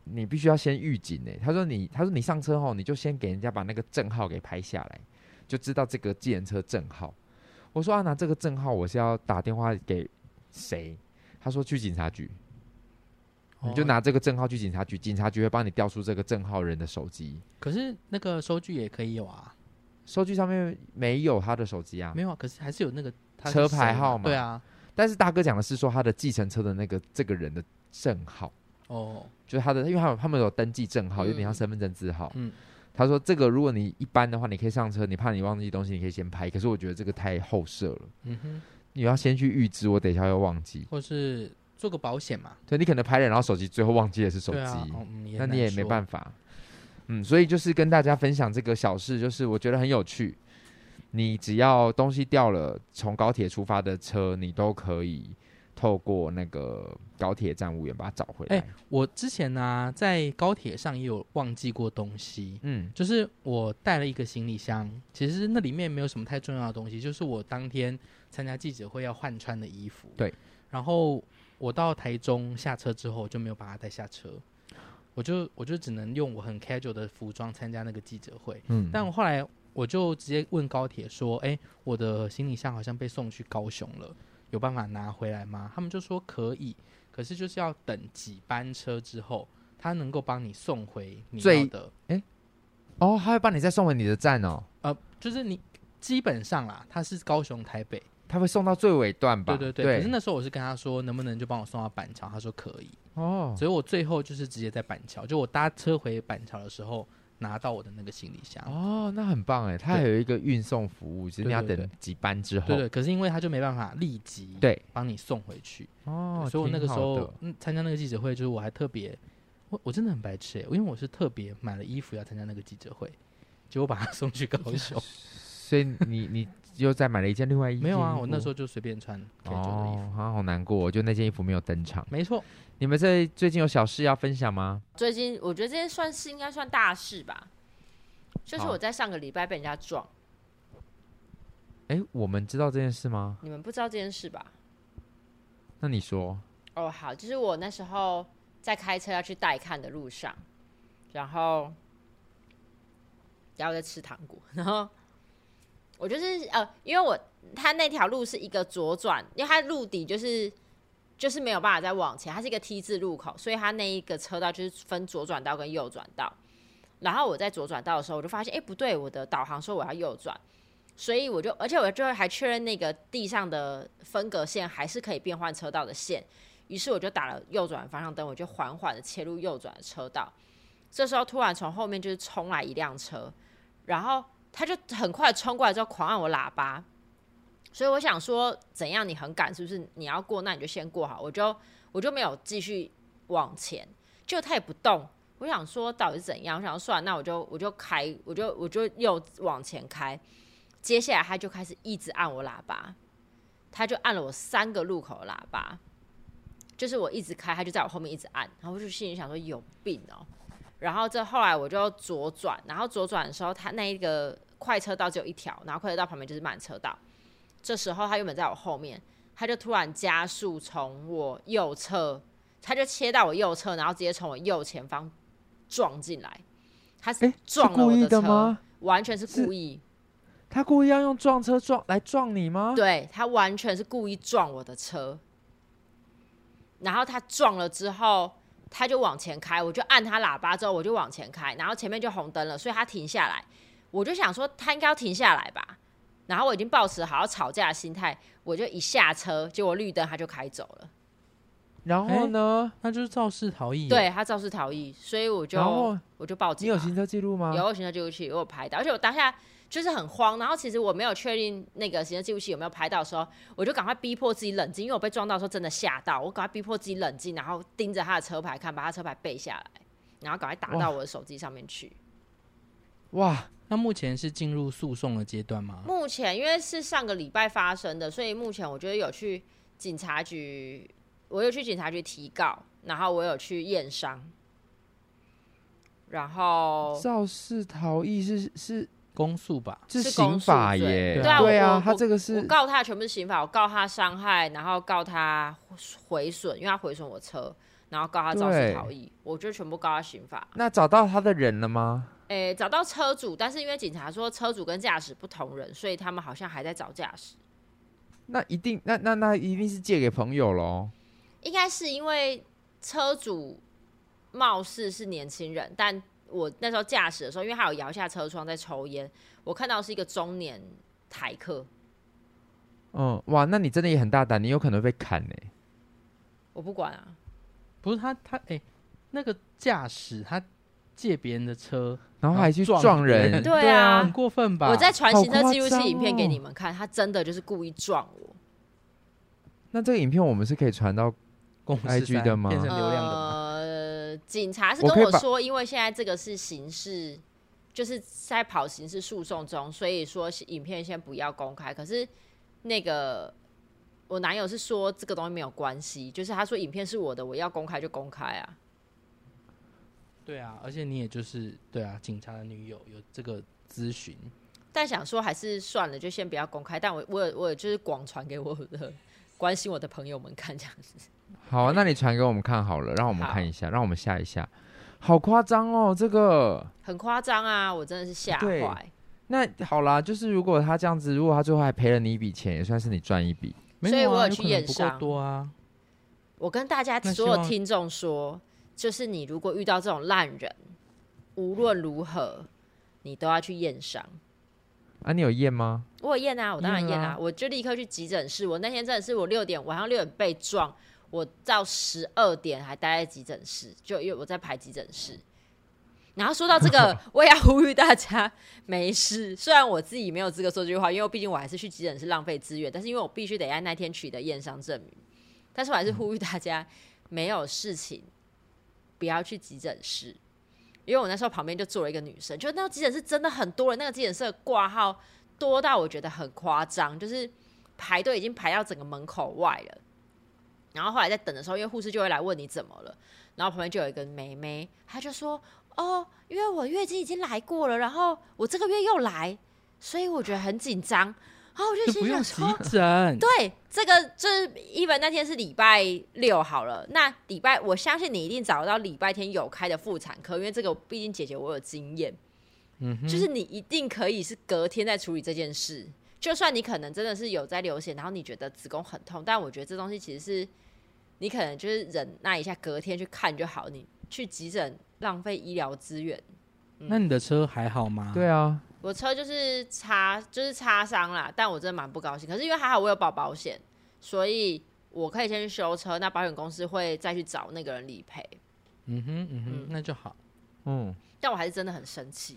你必须要先预警哎，他说你他说你上车后你就先给人家把那个证号给拍下来，就知道这个计程车证号。我说啊，那这个证号我是要打电话给谁？他说去警察局。你就拿这个证号去警察局，警察局会帮你调出这个证号人的手机。 可是那个收据也可以有啊， 收据上面没有他的手机啊， 没有啊，可是还是有那个车牌号码。 对啊， 但是大哥讲的是说他的计程车的那个这个人的证号。哦，就是他的，因为他们他们有登记证号，有点像身份证字号。嗯，他说这个如果你一般的话，你可以上车，你怕你忘记东西，你可以先拍。可是我觉得这个太后设了。嗯哼，你要先去预知，我等一下要忘记， 或是。做个保险嘛， 对，你可能拍了，然后手机最后忘记的是手机，啊哦嗯、那你也没办法。嗯，所以就是跟大家分享这个小事，就是我觉得很有趣。你只要东西掉了，从高铁出发的车，你都可以透过那个高铁站务员把它找回来。 欸、我之前呢、啊、在高铁上也有忘记过东西，嗯，就是我带了一个行李箱，其实那里面没有什么太重要的东西，就是我当天参加记者会要换穿的衣服。 对， 然后。我到台中下车之后，我就没有把它带下车，我就我就只能用我很 casual 的服装参加那个记者会。嗯，但我后来我就直接问高铁说：“哎、欸，我的行李箱好像被送去高雄了，有办法拿回来吗？”他们就说可以，可是就是要等几班车之后，他能够帮你送回你要的。 哎、欸，哦，他会帮你再送回你的站哦。 呃，就是你基本上啦，他是高雄台北。 他会送到最尾段吧？ 对对 对, 对。可是那时候我是跟他说，能不能就帮我送到板桥？他说可以。哦。所以我最后就是直接在板桥，就我搭车回板桥的时候拿到我的那个行李箱。 哦，那很棒哎！他还有一个运送服务，其实你要等几班之后。 对 对, 对。可是因为他就没办法立即对帮你送回去。哦。所以我那个时候嗯参加那个记者会，就是我还特别，我我真的很白痴哎，因为我是特别买了衣服要参加那个记者会，结果把他送去高雄。 所以你你。又再买了一件另外一件衣服？ 没有啊，我那时候就随便穿 casual 的衣服。 哦，好难过，就那件衣服没有登场。 没错， 你们这最近有小事要分享吗？ 最近我觉得这件算是应该算大事吧，就是我在上个礼拜被人家撞。 哎、欸，我们知道这件事吗？ 你们不知道这件事吧？ 那你说。 哦，好，就是我那时候在开车要去带看的路上，然后，然后在吃糖果，然后。我就是呃，因为我它那条路是一个左转，因为它路底就是就是没有办法再往前，它是一个 T 字路口，所以它那一个车道就是分左转道跟右转道。然后我在左转道的时候，我就发现，哎，不对，我的导航说我要右转，所以我就，而且我就还确认那个地上的分隔线还是可以变换车道的线，于是我就打了右转方向灯，我就缓缓的切入右转的车道。这时候突然从后面就是冲来一辆车，然后。他就很快冲过来之后狂按我喇叭，所以我想说怎样你很赶是不是？你要过那你就先过好，我就我就没有继续往前，结果他也不动。我想说到底是怎样？我想说算了，那我就我就开，我就我就又往前开。接下来他就开始一直按我喇叭，他就按了我三个路口的喇叭，就是我一直开，他就在我后面一直按，然后我就心里想说有病哦。然后这后来我就左转，然后左转的时候，他那一个快车道只有一条，然后快车道旁边就是慢车道。这时候他原本在我后面，他就突然加速从我右侧，他就切到我右侧，然后直接从我右前方撞进来。他是撞了我的车， 是故意的吗？ 完全是故意。 他故意要用撞车撞来撞你吗？ 对，他完全是故意撞我的车。然后他撞了之后。他就往前开，我就按他喇叭之后，我就往前开，然后前面就红灯了，所以他停下来。我就想说他应该要停下来吧，然后我已经抱持好要吵架的心态，我就一下车，结果绿灯他就开走了。 然后呢？ 那就是肇事逃逸。 对，他肇事逃逸，所以我就我就报警。 你有行车记录吗？ 有，我行车记录器，我有拍到，而且我当下就是很慌，然后其实我没有确定那个行车记录器有没有拍到的时候，我就赶快逼迫自己冷静，因为我被撞到的时候真的吓到，我赶快逼迫自己冷静，然后盯着他的车牌看，把他车牌背下来，然后赶快打到我的手机上面去。 哇， 那目前是进入诉讼的阶段吗？ 目前因为是上个礼拜发生的，所以目前我觉得有去警察局，我有去警察局提告，然后我有去验伤，然后肇事逃逸是是。 公诉吧， 是刑法耶。 对啊， 对啊，他这个是我告他全部是刑法，我告他伤害，然后告他毁损，因为他毁损我车， 然后告他肇事逃逸，我就全部告他刑法。 那找到他的人了吗？ 诶，找到车主，但是因为警察说车主跟驾驶不同人，所以他们好像还在找驾驶。 那一定，那那那一定是借给朋友咯。 应该是因为车主貌似是年轻人，但我那时候驾驶的时候，因为他有摇下车窗在抽烟，我看到是一个中年台客。 嗯，哇，那你真的也很大胆，你有可能被砍呢、欸。 我不管啊， 不是他他哎、欸，那个驾驶他借别人的车， 然后还去撞人， 人对啊， 很过分吧？ 我在传行车记录器影片给哦你们看，他真的就是故意撞我。 那这个影片我们是可以传到公 I G 的吗？ 变成流量的吗？ 呃，警察是跟我说，因为现在这个是刑事，就是在跑刑事诉讼中，所以说影片先不要公开。可是那个我男友是说这个东西没有关系，就是他说影片是我的，我要公开就公开啊。 对啊，而且你也就是对啊，警察的女友有这个咨询， 但想说还是算了，就先不要公开。但我我有我有就是广传给我的关心我的朋友们看，这样子。 好啊，那你传给我们看好了，让我们看一下，让我们下一下。好夸张哦，这个很夸张啊，我真的是吓坏。 那好啦，就是如果他这样子，如果他最后还赔了你一笔钱，也算是你赚一笔。 所以我有去验伤，不够多啊。 我跟大家所有听众说，就是你如果遇到这种烂人，无论如何你都要去验伤。 啊，你有验吗？ 我有验啊，我当然验啊，我就立刻去急诊室。我那天真的是我六点晚上六点被撞，我到十二点还待在急诊室，就因为我在排急诊室。然后说到这个，我也要呼吁大家没事。虽然我自己没有资格说这句话，因为毕竟我还是去急诊室浪费资源，但是因为我必须得在那天取得验伤证明。但是我还是呼吁大家，没有事情不要去急诊室。因为我那时候旁边就坐了一个女生，就那个急诊室真的很多人，那个急诊室的挂号多到我觉得很夸张，就是排队已经排到整个门口外了。然后后来在等的时候，因为护士就会来问你怎么了，然后旁边就有一个妹妹，她就说：“哦，因为我月经已经来过了，然后我这个月又来，所以我觉得很紧张。”然后我就心想说， 不用急诊。 对，这个就是 even 那天是礼拜六好了，那礼拜我相信你一定找得到礼拜天有开的妇产科，因为这个毕竟姐姐我有经验，嗯，就是你一定可以是隔天再处理这件事。就算你可能真的是有在流血，然后你觉得子宫很痛，但我觉得这东西其实是你可能就是忍耐一下，隔天去看就好。你去急诊浪费医疗资源。 嗯、那你的车还好吗？ 对啊， 我车就是擦就是擦伤啦，但我真的蛮不高兴。可是因为还好我有保保险，所以我可以先去修车，那保险公司会再去找那个人理赔。 嗯哼嗯哼，嗯那就好。 嗯， 但我还是真的很生气，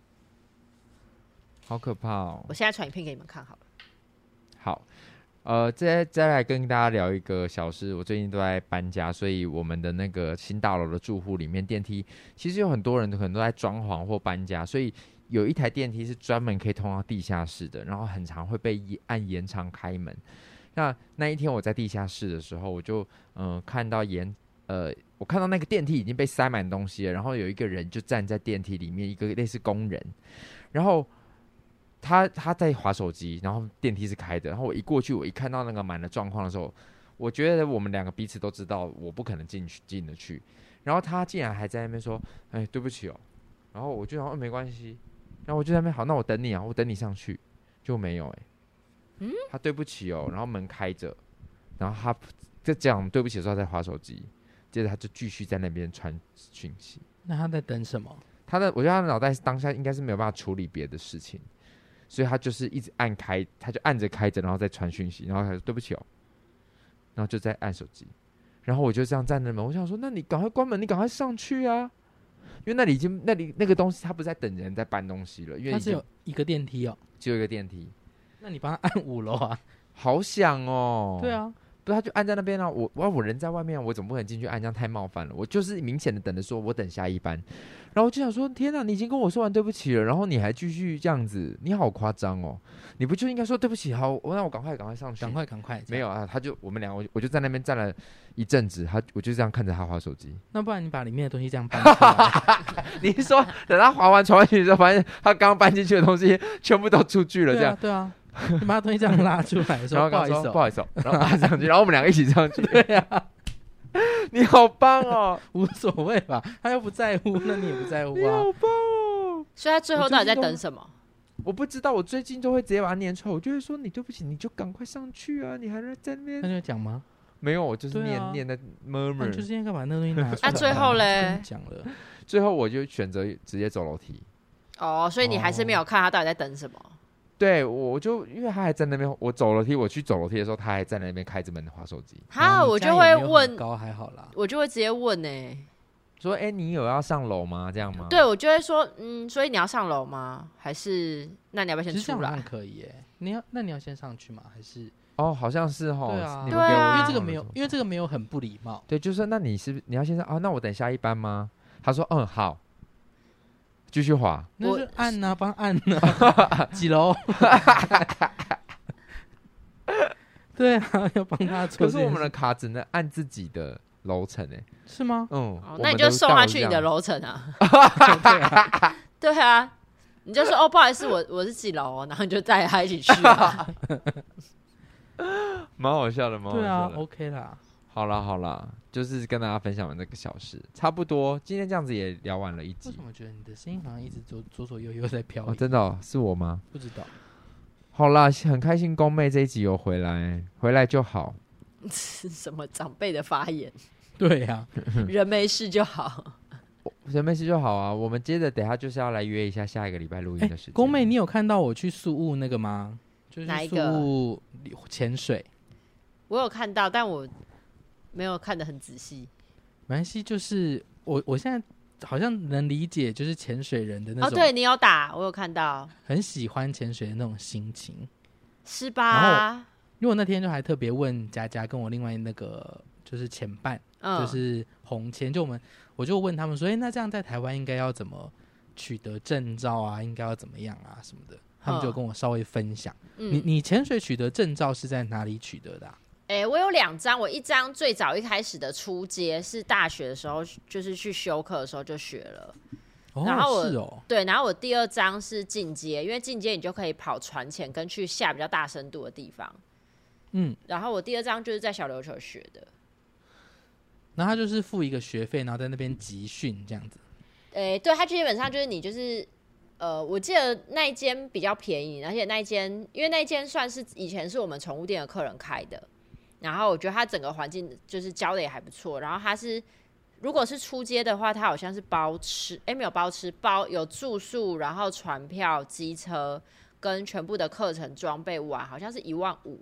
好可怕哦！ 我现在传影片给你们看好了。 好。呃，再再来跟大家聊一个小事。我最近都在搬家，所以我们的那个新大楼的住户里面，电梯其实有很多人可能都在装潢或搬家，所以有一台电梯是专门可以通到地下室的，然后很常会被按延长开门。那那一天我在地下室的时候，我就嗯、呃、看到延呃我看到那个电梯已经被塞满东西了，然后有一个人就站在电梯里面，一个类似工人，然后。他他在滑手机，然后电梯是开的，然后我一过去，我一看到那个满的状况的时候，我觉得我们两个彼此都知道我不可能进去进得去，然后他竟然还在那边说：“哎，对不起哦。”然后我就说：“哦，没关系。”然后我就在那边好，那我等你啊，我等你上去，就没有哎、欸，嗯，他对不起哦，然后门开着，然后他在讲对不起的时候在滑手机，接着他就继续在那边传讯息。 那他在等什么？ 他的我觉得他的脑袋当下应该是没有办法处理别的事情。所以他就是一直按开，他就按着开着，然后再传讯息，然后他说对不起哦，然后就在按手机，然后我就这样站在门，我想说，那你赶快关门，你赶快上去啊，因为那里已经那里那个东西，他不是在等人在搬东西了，因为他是有一个电梯哦， 只有一个电梯， 那你帮他按五楼啊？ 好想哦， 对啊。 不是，他就按在那边啊，我我我人在外面啊，我总不能进去按，这样太冒犯了。我就是明显的等着说，我等下一班，然后我就想说，天哪，你已经跟我说完对不起了，然后你还继续这样子，你好夸张哦！你不就应该说对不起？好，那我赶快赶快上去， 赶快赶快。 没有啊，他就我们两个，我就在那边站了一阵子，他我就这样看着他滑手机。 那不然你把里面的东西这样搬出来？ 你是说等他滑完传完去之后，发现他刚搬进去的东西全部都出去了，这样对啊。对啊你把他东西这样拉出来，说然后不好意思、哦， 不好意思、哦，然后拉上去，然后我们两个一起上去。 对啊， 你好棒哦， 无所谓吧，他又不在乎，那你也不在乎啊。 你好棒哦！ 所以他最后到底在等什么？ 我不知道，我最近都会直接把他念出来，我就会说你对不起，你就赶快上去啊，你还在那边。 那就讲吗？ 没有，我就是念、 啊、 念的 murmur， 就是应该把那东西拿出来。 那、啊、最后嘞？ 讲了， 最后我就选择直接走楼梯。 哦，所以你还是没有看他到底在等什么？哦、 对，我就因为他还在那边，我走楼梯，我去走楼梯的时候，他还在那边开着门滑手机。 哈、哦，我就会问， 高还好啦， 我就会直接问呢、欸， 说，哎、欸，你有要上楼吗？这样吗？ 对，我就会说，嗯，所以你要上楼吗？还是那你要不要先出来？ 可以耶、欸，你要那你要先上去吗？还是？ 哦，好像是哦。 对啊， 你们给我因为这个没有，因为这个没有很不礼貌。 对，就是那你是你要先上啊？那我等下一班吗？他说，嗯，好，继续滑。 那就按啊，帮按啊，几楼？对啊，要帮他做。 可是我们的卡只能按自己的楼层诶， 是吗？ 嗯， 哦、那你就送他去你的楼层啊。 对啊， 对啊，你就说哦，不好意思，我我是几楼，然后你就带他一起去、啊。 蛮好笑的吗？ 对啊 ，OK 啦。 好啦好啦，就是跟大家分享完这个小事，差不多。今天这样子也聊完了一集。 为什么觉得你的声音好像一直左左左右右在飘、 哦？真的、哦、是我吗？ 不知道。 好啦，很开心宫妹这一集有回来，回来就好。 是什么长辈的发言？ 对呀、 啊，人没事就好。 人没事就好啊。我们接着等一下就是要来约一下下一个礼拜录音的时间。 宫、欸、妹，你有看到我去宿务那个吗？就是宿务潜水。 我有看到，但我没有看得很仔细。 没关系，就是我我现在好像能理解，就是潜水人的那种。 哦，对你有打，我有看到， 很喜欢潜水的那种心情， 是吧？ 因为我那天就还特别问佳佳跟我另外那个就是前伴，嗯、就是红潜，就我们我就问他们说，哎、欸，那这样在台湾应该要怎么取得证照啊？应该要怎么样啊什么的？他们就跟我稍微分享。嗯、你你潜水取得证照是在哪里取得的、啊？ 哎、欸，我有两张，我一张最早一开始的初阶是大学的时候，就是去修课的时候就学了。 哦、 然后我是哦， 对，然后我第二张是进阶，因为进阶你就可以跑船潜跟去下比较大深度的地方。嗯，然后我第二张就是在小琉球学的。 然后他就是付一个学费，然后在那边集训这样子。 哎、欸，对，他基本上就是你就是呃，我记得那一间比较便宜，而且那一间因为那一间算是以前是我们宠物店的客人开的。然后我觉得他整个环境就是教的也还不错，然后他是如果是初阶的话，他好像是包吃，哎没有包吃，包有住宿，然后船票、机车跟全部的课程装备完，好像是一万五。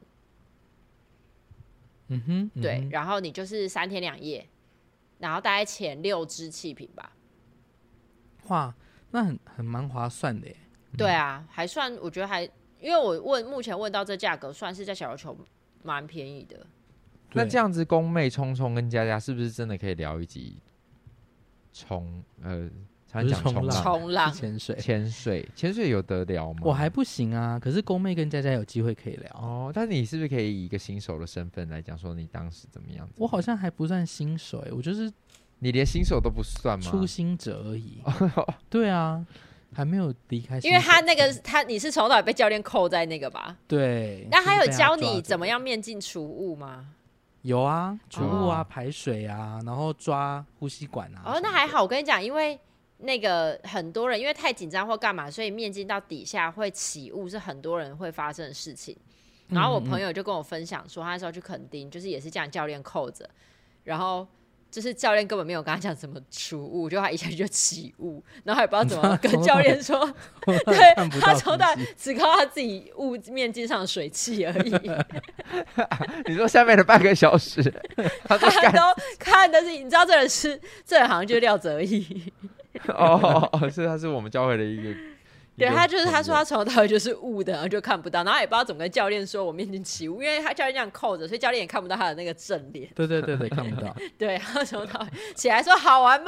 嗯哼，嗯哼， 对，然后你就是三天两夜，然后大概潜六支气瓶吧。 哇，那很很蛮划算的耶。 对啊，还算我觉得还，因为我问目前问到这价格，算是在小琉球蛮便宜的。 那这样子，宫妹、冲冲跟佳佳是不是真的可以聊一集冲？呃，常讲冲浪、 冲浪、 潜水、 潜水、潜水有得聊吗？ 我还不行啊，可是宫妹跟佳佳有机会可以聊哦。但是你是不是可以以一个新手的身份来讲，说你当时怎么样子？ 我好像还不算新手，我就是你连新手都不算吗？ 初心者而已。对啊，还没有离开。 因为他那个他你是从头到尾被教练扣在那个吧？ 对。 那他有教你怎么样面镜除雾吗？ 有啊，除雾啊、哦、排水啊，然后抓呼吸管啊。 哦，那还好，我跟你讲，因为那个很多人因为太紧张或干嘛，所以面镜到底下会起雾，是很多人会发生的事情。然后我朋友就跟我分享说，他那时候去垦丁，就是也是这样教练扣着，然后就是教练根本没有跟他讲怎么除雾，就他一下就起雾，然后还不知道怎么跟教练说，对他从到只靠他自己雾面镜上的水汽而已。 你说下面的半个小时，他都看都看的是，你知道这人是这人好像就是廖哲义。 哦哦，是他是我们教会的一个。 对，他就是他说他从头到尾就是雾的，然后就看不到，然后也不知道怎么跟教练说我面镜起雾，因为他教练这样扣着，所以教练也看不到他的那个正脸。 对对对对，看不到。 对，然后从头到尾起来说好玩吗？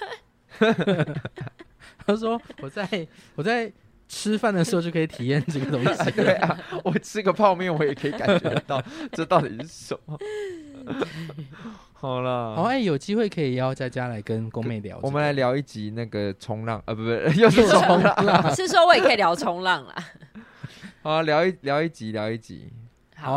他说我在我在吃饭的时候就可以体验这个东西。 对啊，我吃个泡面我也可以感觉到这到底是什么。好了， 好，哎、欸，有机会可以邀佳佳来跟宫妹聊、這個。 我们来聊一集那个冲浪，呃，不不，又是冲浪， 是说我也可以聊冲浪啦。 好啊，聊一聊一集，聊一集。 好啊，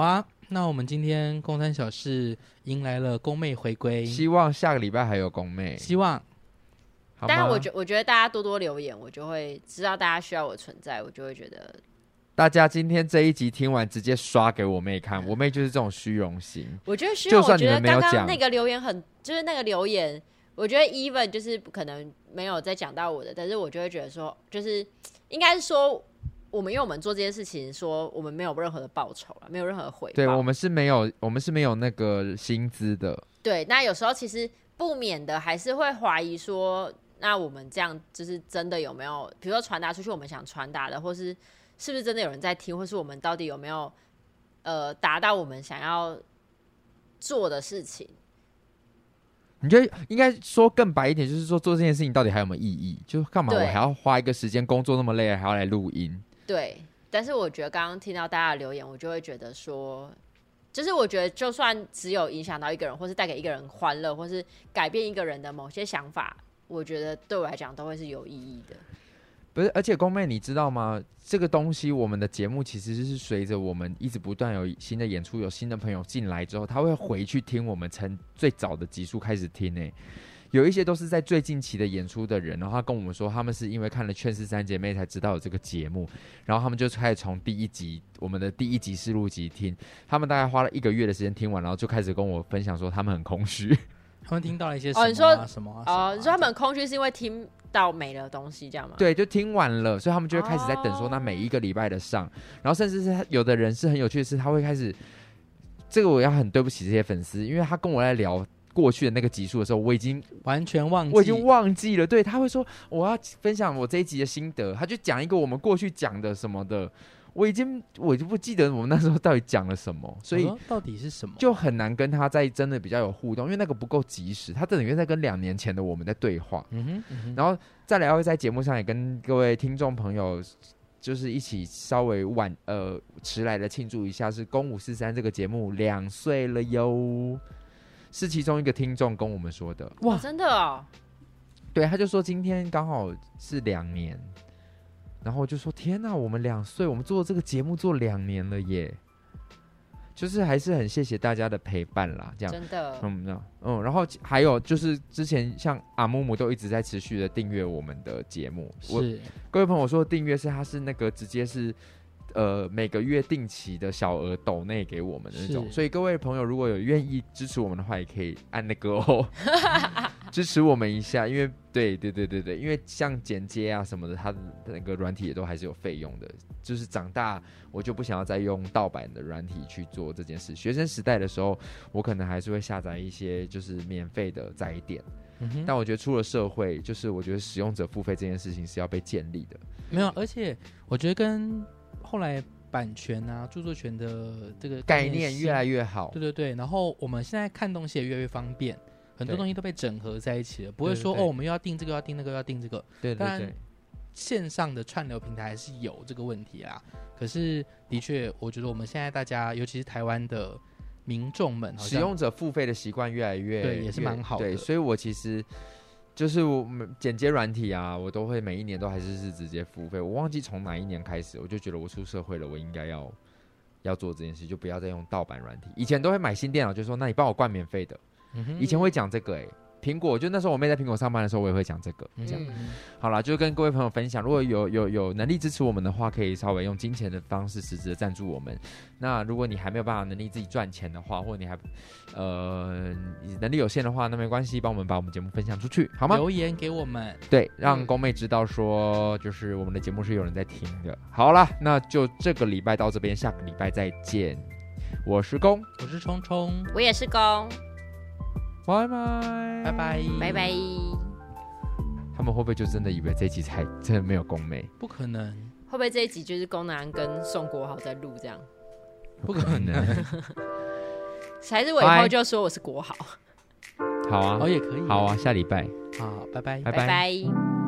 那我们今天公三小事迎来了宫妹回归， 希望下个礼拜还有宫妹， 希望。 但是我觉我觉得大家多多留言，我就会知道大家需要我存在，我就会觉得。 大家今天这一集听完，直接刷给我妹看，我妹就是这种虚荣心。 我觉得虚荣，我觉得刚刚那个留言很，就是那个留言，我觉得 even 就是可能没有再讲到我的，但是我就会觉得说，就是应该是说我们因为我们做这件事情，说我们没有任何的报酬了，没有任何回报。 对，我们是没有，我们是没有那个薪资的。 对，那有时候其实不免的还是会怀疑说，那我们这样就是真的有没有，比如说传达出去我们想传达的，或是。是不是真的有人在听，或是我们到底有没有呃达到我们想要做的事情？ 你觉得应该说更白一点，就是说做这件事情到底还有没有意义？就干嘛我还要花一个时间工作那么累，还要来录音？ 对，但是我觉得刚刚听到大家的留言，我就会觉得说，就是我觉得就算只有影响到一个人，或是带给一个人欢乐，或是改变一个人的某些想法，我觉得对我来讲都会是有意义的。 不是，而且宫妹你知道吗？这个东西，我们的节目其实是随着我们一直不断有新的演出，有新的朋友进来之后，他会回去听我们从最早的集数开始听诶。有一些都是在最近期的演出的人，然后他跟我们说，他们是因为看了《劝世三姐妹》才知道有这个节目，然后他们就开始从第一集我们的第一集试录集听，他们大概花了一个月的时间听完，然后就开始跟我分享说他们很空虚。 他们听到了一些什么、啊？ 哦，你说什么、啊？ 哦、 啊， 你说他们很空虚是因为听到没了东西，这样吗？ 对，就听完了，所以他们就会开始在等说，那每一个礼拜的上，然后甚至是有的人是很有趣的是，他会开始，这个我要很对不起这些粉丝，因为他跟我在聊过去的那个集数的时候，我已经完全忘记， 我已经忘记了。对，他会说我要分享我这一集的心得，他就讲一个我们过去讲的什么的。我已经我就不记得我们那时候到底讲了什么，所以到底是什么， 就很难跟他在真的比较有互动，因为那个不够及时，他等于在跟两年前的我们在对话。 嗯哼嗯哼， 然后再来会在节目上也跟各位听众朋友，就是一起稍微晚呃迟来的庆祝一下，是《公五四三》这个节目两岁了哟，是其中一个听众跟我们说的。 哇，真的哦？ 对，他就说今天刚好是两年。然后我就说天哪，我们两岁，我们做这个节目做两年了耶，就是还是很谢谢大家的陪伴啦，这样真的， 嗯嗯，然后还有就是之前像阿木木都一直在持续的订阅我们的节目， 是各位朋友说的订阅是他是那个直接是呃每个月定期的小额抖内给我们的那种，所以各位朋友如果有愿意支持我们的话，也可以按那个哦。支持我们一下，因为对对对对对，因为像剪接啊什么的，它的那个软体也都还是有费用的。就是长大，我就不想要再用盗版的软体去做这件事。学生时代的时候，我可能还是会下载一些就是免费的载点，嗯、但我觉得出了社会，就是我觉得使用者付费这件事情是要被建立的。 没有，而且我觉得跟后来版权啊、著作权的这个概念越来越好。 对对对，然后我们现在看东西也越来越方便。很多东西都被整合在一起了，不会说哦，我们又要订这个，要订那个，要订这个。 对对对， 线上的串流平台还是有这个问题啦。可是的确，我觉得我们现在大家，尤其是台湾的民众们， 使用者付费的习惯越来越， 对，也是蛮好的。 对，所以我其实就是我们剪接软体啊，我都会每一年都还是是直接付费。我忘记从哪一年开始，我就觉得我出社会了，我应该要要做这件事，就不要再用盗版软体。以前都会买新电脑，就说那你帮我灌免费的。嗯、以前会讲这个哎、欸，苹果就那时候我妹在苹果上班的时候，我也会讲这个。这样、嗯、好啦，就跟各位朋友分享，如果有有有能力支持我们的话，可以稍微用金钱的方式实质的赞助我们。那如果你还没有办法能力自己赚钱的话，或者你还呃能力有限的话，那没关系，帮我们把我们节目分享出去好吗？ 留言给我们， 对，让宫妹知道说，就是我们的节目是有人在听的。好啦，那就这个礼拜到这边，下个礼拜再见。我是宫， 我是冲冲， 我也是宫。 拜拜拜拜拜拜。 他们会不会就真的以为这一集才真的没有宫妹？ 不可能。 会不会这一集就是宫南跟宋国豪在录这样？ 不可能。 还是我以后就说我是国豪？ 好啊， 哦也可以。 好啊，下礼拜。 好，拜拜， 拜拜拜。